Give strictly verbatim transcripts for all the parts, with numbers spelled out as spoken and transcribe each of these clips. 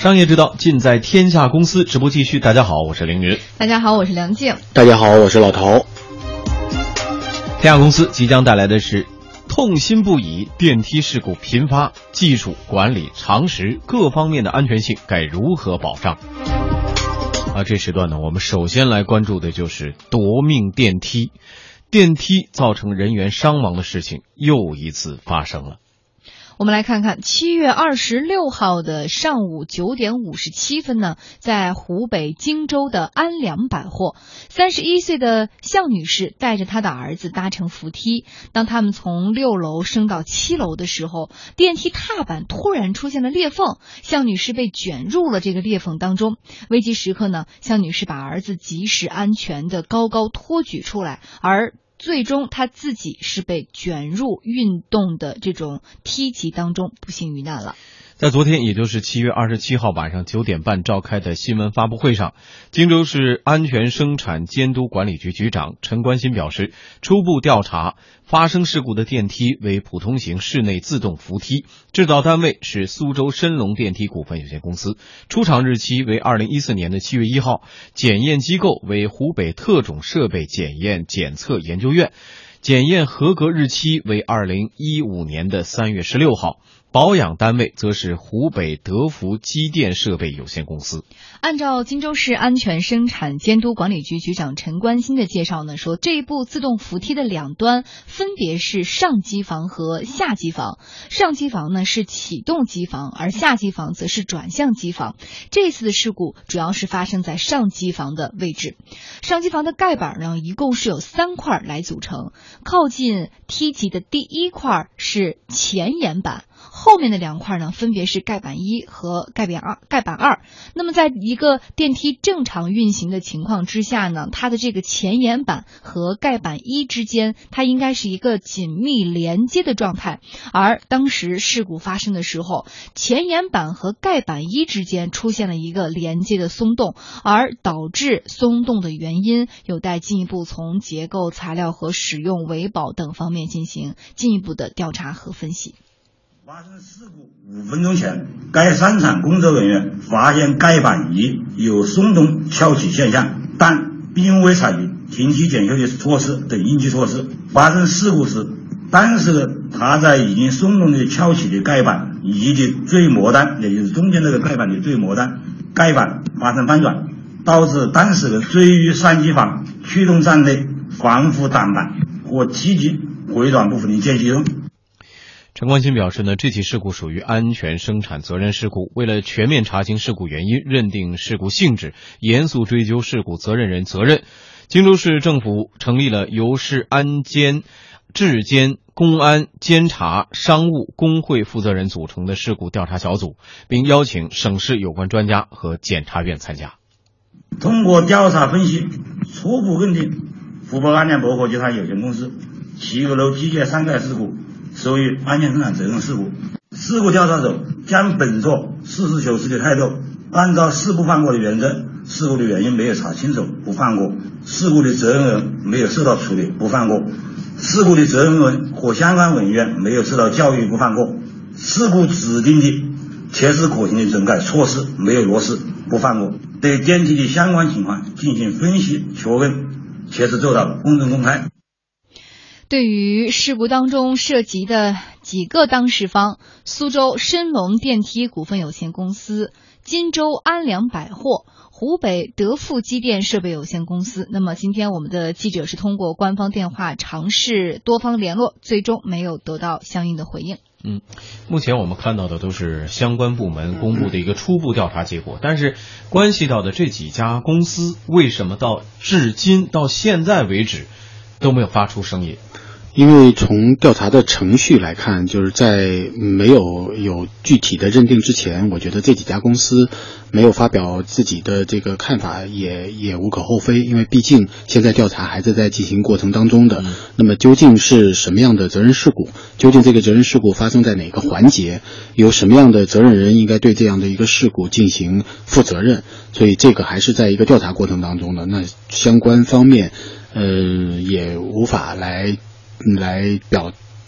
商业之道尽在天下公司，直播继续。大家好，我是凌云。 大家好，我是梁静。 大家好，我是老陶。 天下公司即将带来的是痛心不已，电梯事故频发，技术管理常识各方面的安全性该如何保障？啊，这时段呢，我们首先来关注的就是夺命电梯。电梯造成人员伤亡的事情又一次发生了。 我们来看看七月二十六号的上午九点五十七分呢，在湖北荆州的安良百货，三十一岁的向女士带着她的儿子搭乘扶梯，当他们从六楼升到七楼的时候，电梯踏板突然出现了裂缝，向女士被卷入了这个裂缝当中。危急时刻呢，向女士把儿子及时安全的高高托举出来，而最终他自己是被卷入运动的这种梯级当中，不幸遇难了。 在昨天，也就是七月二十七号晚上九点半召开的新闻发布会上，荆州市安全生产监督管理局局长陈关心表示，初步调查发生事故的电梯为普通型室内自动扶梯，制造单位是苏州申龙电梯股份有限公司，出厂日期为二零一四年的七月一号，检验机构为湖北特种设备检验检测研究院，检验合格日期为二零一五年的三月十六号。保养单位则是湖北德福机电设备有限公司。 按照荆州市安全生产监督管理局局长陈关心的介绍呢，说这部自动扶梯的两端分别是上机房和下机房，上机房呢是启动机房，而下机房则是转向机房。这次的事故主要是发生在上机房的位置。上机房的盖板呢，一共是有三块来组成，靠近梯级的第一块是前沿板，后面的两块呢，分别是盖板一和盖板二。盖板二。那么，在一个电梯正常运行的情况之下呢，它的这个前沿板和盖板一之间，它应该是一个紧密连接的状态。而当时事故发生的时候，前沿板和盖板一之间出现了一个连接的松动，而导致松动的原因有待进一步从结构、材料和使用维保等方面进行进一步的调查和分析。 发生事故五分钟前，该商场工作人员发现盖板一有松动翘起现象，但并未采取停机检修的措施等应急措施。发生事故时，当时他在已经松动的翘起的盖板一的最末端，也就是中间这个盖板的最末端，盖板发生翻转，导致当时的坠于上机房驱动站内防护挡板或梯级回转部分的间隙中。 陈关心表示呢，这起事故属于安全生产责任事故，为了全面查清事故原因，认定事故性质，严肃追究事故责任人责任，荆州市政府成立了由市安监、质监、公安、监察、商务、工会负责人组成的事故调查小组，并邀请省市有关专家和检察院参加。 通过调查分析，初步认定湖北安良百货集团有限公司七月楼机械上盖事故属于安全生产责任事故。事故调查组将本着实事求是的态度，按照事不放过的原则，事故的原因没有查清楚不放过，事故的责任人没有受到处理不放过，事故的责任人或相关人员没有受到教育不放过，事故指定的切实可行的整改措施没有落实不放过，对电梯的相关情况进行分析确认，切实做到公正公开。 对于事故当中涉及的几个当事方，苏州申龙电梯股份有限公司、荆州安良百货、湖北德富机电设备有限公司。那么今天我们的记者是通过官方电话尝试多方联络，最终没有得到相应的回应。 嗯，目前我们看到的都是相关部门公布的一个初步调查结果，但是关系到的这几家公司为什么到至今到现在为止都没有发出声音？ 因为从调查的程序来看，就是在没有有具体的认定之前，我觉得这几家公司没有发表自己的这个看法也也无可厚非，因为毕竟现在调查还是在进行过程当中的。嗯、那么究竟是什么样的责任事故？究竟这个责任事故发生在哪个环节？有什么样的责任人应该对这样的一个事故进行负责任？所以这个还是在一个调查过程当中的。那相关方面，呃，也无法来。来表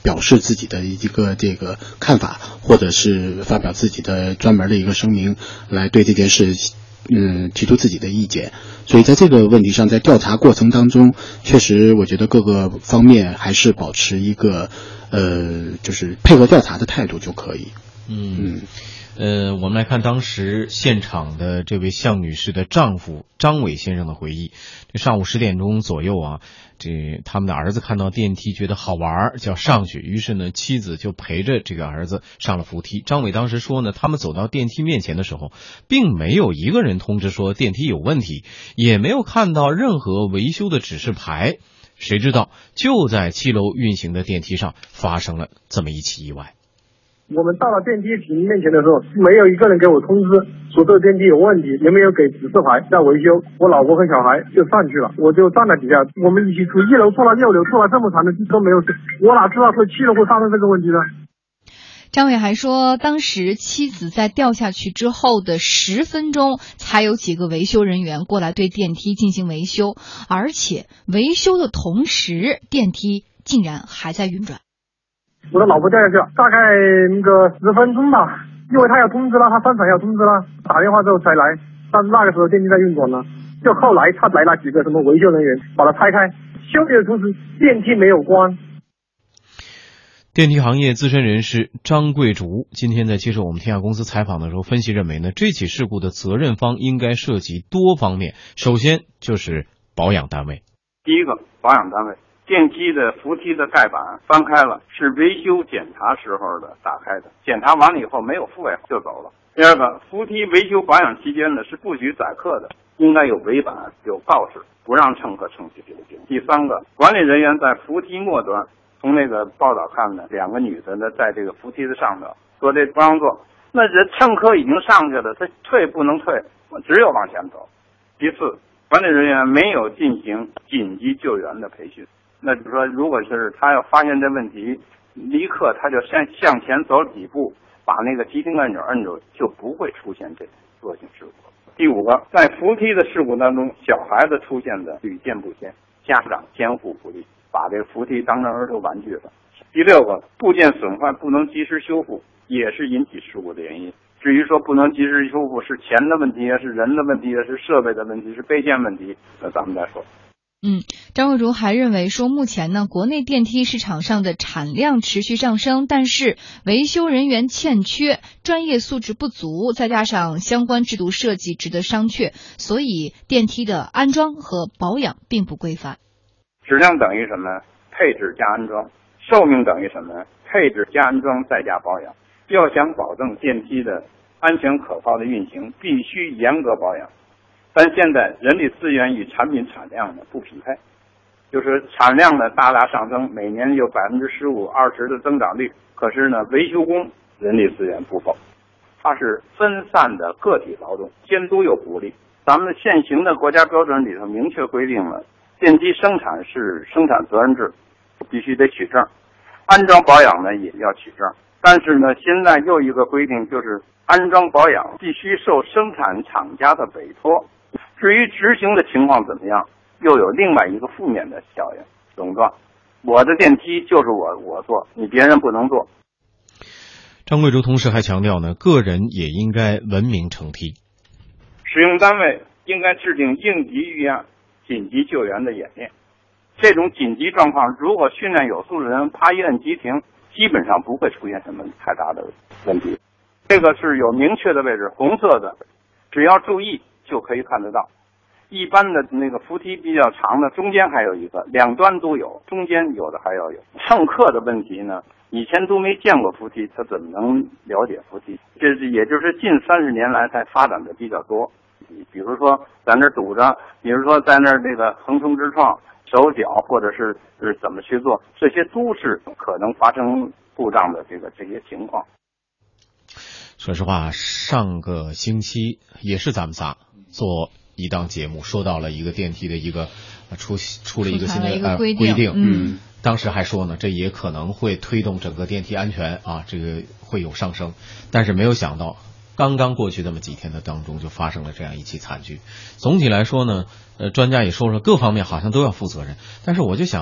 表示自己的一个这个看法，或者是发表自己的专门的一个声明，来对这件事嗯提出自己的意见。所以在这个问题上，在调查过程当中，确实我觉得各个方面还是保持一个呃就是配合调查的态度就可以。 嗯嗯。呃，我们来看当时现场的这位向女士的丈夫张伟先生的回忆。这上午十点钟左右啊，这他们的儿子看到电梯觉得好玩，就要上去，于是呢，妻子就陪着这个儿子上了扶梯。张伟当时说呢，他们走到电梯面前的时候，并没有一个人通知说电梯有问题，也没有看到任何维修的指示牌。谁知道就在七楼运行的电梯上发生了这么一起意外。 我们到了电梯亭面前的时候，没有一个人给我通知说这个电梯有问题，也没有给指示牌在维修。我老婆和小孩就上去了，我就站在底下。我们一起从一楼坐到六楼，坐了这么长的都没有事，我哪知道说七楼会发生这个问题呢？ 张伟还说，当时妻子在掉下去之后的十分钟，才有几个维修人员过来对电梯进行维修，而且维修的同时，电梯竟然还在运转。 我的老婆掉下去了，大概那个十分钟吧，因为他要通知了，他当场要通知了，打电话之后才来，但是那个时候电梯在运转呢。就后来他来了几个什么维修人员，把它拆开，修理的同时电梯没有关。 电梯行业资深人士张桂竹今天在接受我们天下公司采访的时候分析认为呢，这起事故的责任方应该涉及多方面，首先就是保养单位。 第一个，保养单位。电梯的扶梯的盖板翻开了，是维修检查时候的打开的，检查完了以后没有复位就走了。第二个，扶梯维修保养期间呢是不许载客的，应该有围板有告示，不让乘客乘去这个电梯。第三个，管理人员在扶梯末端，从那个报道看呢，两个女的呢在这个扶梯的上头说这不让坐，那人乘客已经上去了，他退不能退，只有往前走。第四，管理人员没有进行紧急救援的培训。那就是说，如果是他要发现这问题，立刻他就先向前走几步，把那个急停按钮摁住，就不会出现这种恶性事故。第五个，在扶梯的事故当中，小孩子出现的屡见不鲜，家长监护不力，把这个扶梯当成儿童玩具了。第六个，部件损坏不能及时修复，也是引起事故的原因。至于说不能及时修复是钱的问题是人的问题是设备的问题是备件问题，那咱们再说。 嗯，张桂竹还认为说，目前呢，国内电梯市场上的产量持续上升，但是维修人员欠缺，专业素质不足，再加上相关制度设计值得商榷，所以电梯的安装和保养并不规范。 质量等于什么？配置加安装。寿命等于什么？配置加安装再加保养。要想保证电梯的安全可靠的运行，必须严格保养。但现在人力资源与产品产量呢不匹配，就是产量呢大大上升，每年有百分之十五、二十的增长率，可是呢维修工人力资源不够，它是分散的个体劳动，监督又不力。咱们现行的国家标准里头明确规定了，电梯生产是生产责任制，必须得取证，安装保养呢也要取证。但是呢，现在又一个规定就是安装保养必须受生产厂家的委托。至于执行的情况怎么样，又有另外一个负面的效应，垄断。我的电梯就是我我做，你别人不能做。 张桂竹同时还强调呢，个人也应该文明乘梯。 使用单位应该制定应急预案、紧急救援的演练。这种紧急状况，如果训练有素的人啪一摁急停，基本上不会出现什么太大的问题。这个是有明确的位置，红色的，只要注意就可以看得到。一般的那个扶梯比较长的，中间还有一个，两端都有，中间有的还要有。乘客的问题呢，以前都没见过扶梯，他怎么能了解扶梯？这是也就是近三十年来才发展的比较多。比如说在那儿堵着，比如说在那儿这个横冲直撞、手脚，或者是是怎么去做，这些都是可能发生故障的这个这些情况。 说实话，上个星期也是咱们仨做一档节目，说到了一个电梯的一个出出了一个新的呃规定，规定嗯， 当时还说呢，这也可能会推动整个电梯安全啊，这个会有上升，但是没有想到，刚刚过去这么几天的当中，就发生了这样一起惨剧。总体来说呢，呃，专家也说了，各方面好像都要负责任，但是我就想，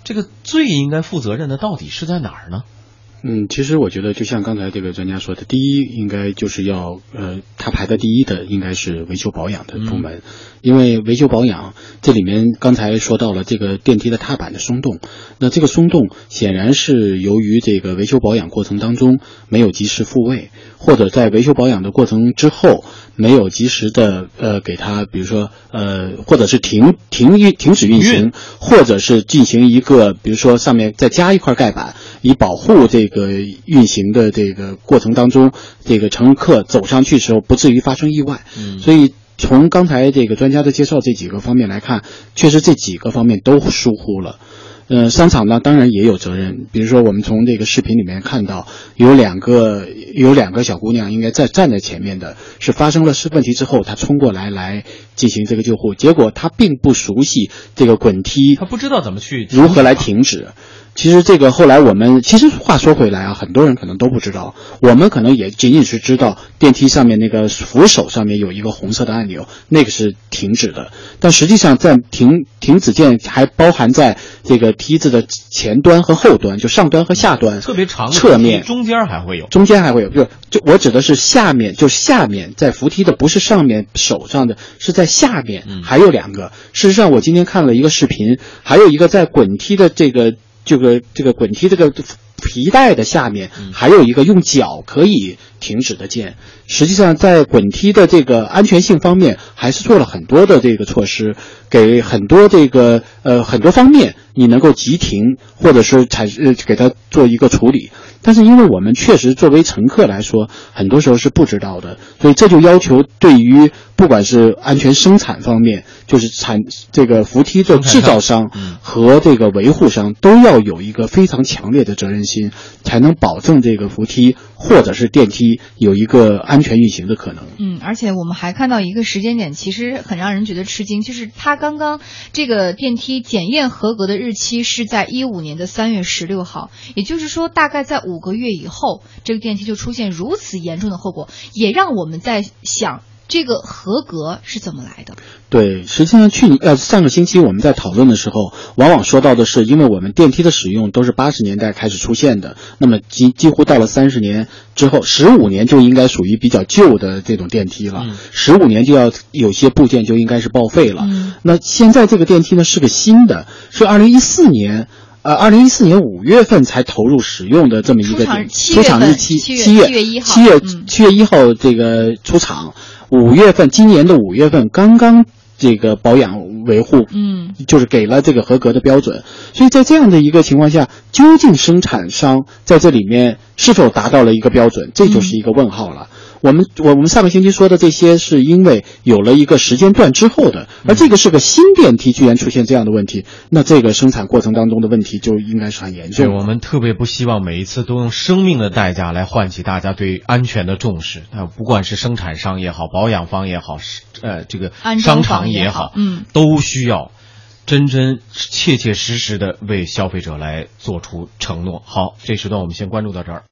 这个最应该负责任的到底是在哪儿呢？ 嗯，其实我觉得就像刚才这个专家说的，第一应该就是要呃，它排在第一的应该是维修保养的部门，嗯、因为维修保养这里面刚才说到了这个电梯的踏板的松动，那这个松动显然是由于这个维修保养过程当中没有及时复位，或者在维修保养的过程之后没有及时的呃给它，比如说呃或者是停停运停止运行，或者是进行一个比如说上面再加一块盖板，以保护这个运行的这个过程当中，这个乘客走上去的时候不至于发生意外。嗯，所以从刚才这个专家的介绍这几个方面来看，确实这几个方面都疏忽了。呃，商场呢当然也有责任，比如说我们从这个视频里面看到，有两个有两个小姑娘应该在站在前面的，是发生了问题之后，她冲过来来进行这个救护，结果她并不熟悉这个滚梯， 她不知道怎么去如何来停止。其实这个后来我们其实话说回来啊，很多人可能都不知道，我们可能也仅仅是知道电梯上面那个扶手上面有一个红色的按钮，那个是停止的，但实际上在停停止键还包含在这个梯子的前端和后端，就上端和下端， 特别长的侧面， 中间还会有， 中间还会有，就就我指的是下面，就下面在扶梯的不是上面手上的，是在下面，嗯、还有两个。事实上，我今天看了一个视频，还有一个在滚梯的这个。这个这个滚梯这个皮带的下面还有一个用脚可以停止的键。实际上在滚梯的这个安全性方面还是做了很多的这个措施，给很多这个呃很多方面你能够急停或者是产呃给它做一个处理。但是因为我们确实作为乘客来说，很多时候是不知道的，所以这就要求对于不管是安全生产方面，就是产这个扶梯的制造商和这个维护商都要有一个非常强烈的责任心，才能保证这个扶梯或者是电梯有一个安全运行的可能。 嗯，而且我们还看到一个时间点，其实很让人觉得吃惊，就是它刚刚这个电梯检验合格的日期是在一五年的三月十六号，也就是说大概在五个月以后，这个电梯就出现如此严重的后果，也让我们在想这个合格是怎么来的。 对，实际上去年呃上个星期我们在讨论的时候，往往说到的是，因为我们电梯的使用都是八十年代开始出现的，那么几几乎到了三十年之后，十五年就应该属于比较旧的这种电梯了，十五、嗯、年就要有些部件就应该是报废了。嗯、那现在这个电梯呢是个新的，是二零一四年。呃，二零一四年五月份才投入使用的这么一个出厂日期， 七月七月一号， 七月七月一号这个出厂，五月份今年的五月份刚刚这个保养维护，嗯，就是给了这个合格的标准。所以在这样的一个情况下，究竟生产商在这里面是否达到了一个标准，这就是一个问号了。嗯我们我们上个星期说的这些是因为有了一个时间段之后的，而这个是个新电梯居然出现这样的问题，那这个生产过程当中的问题就应该是很严重的。 对，我们特别不希望每一次都用生命的代价来唤起大家对安全的重视。那不管是生产商也好，保养方也好，呃，这个商场也好， 嗯， 都需要真真切切实实的为消费者来做出承诺。好，这时段我们先关注到这儿。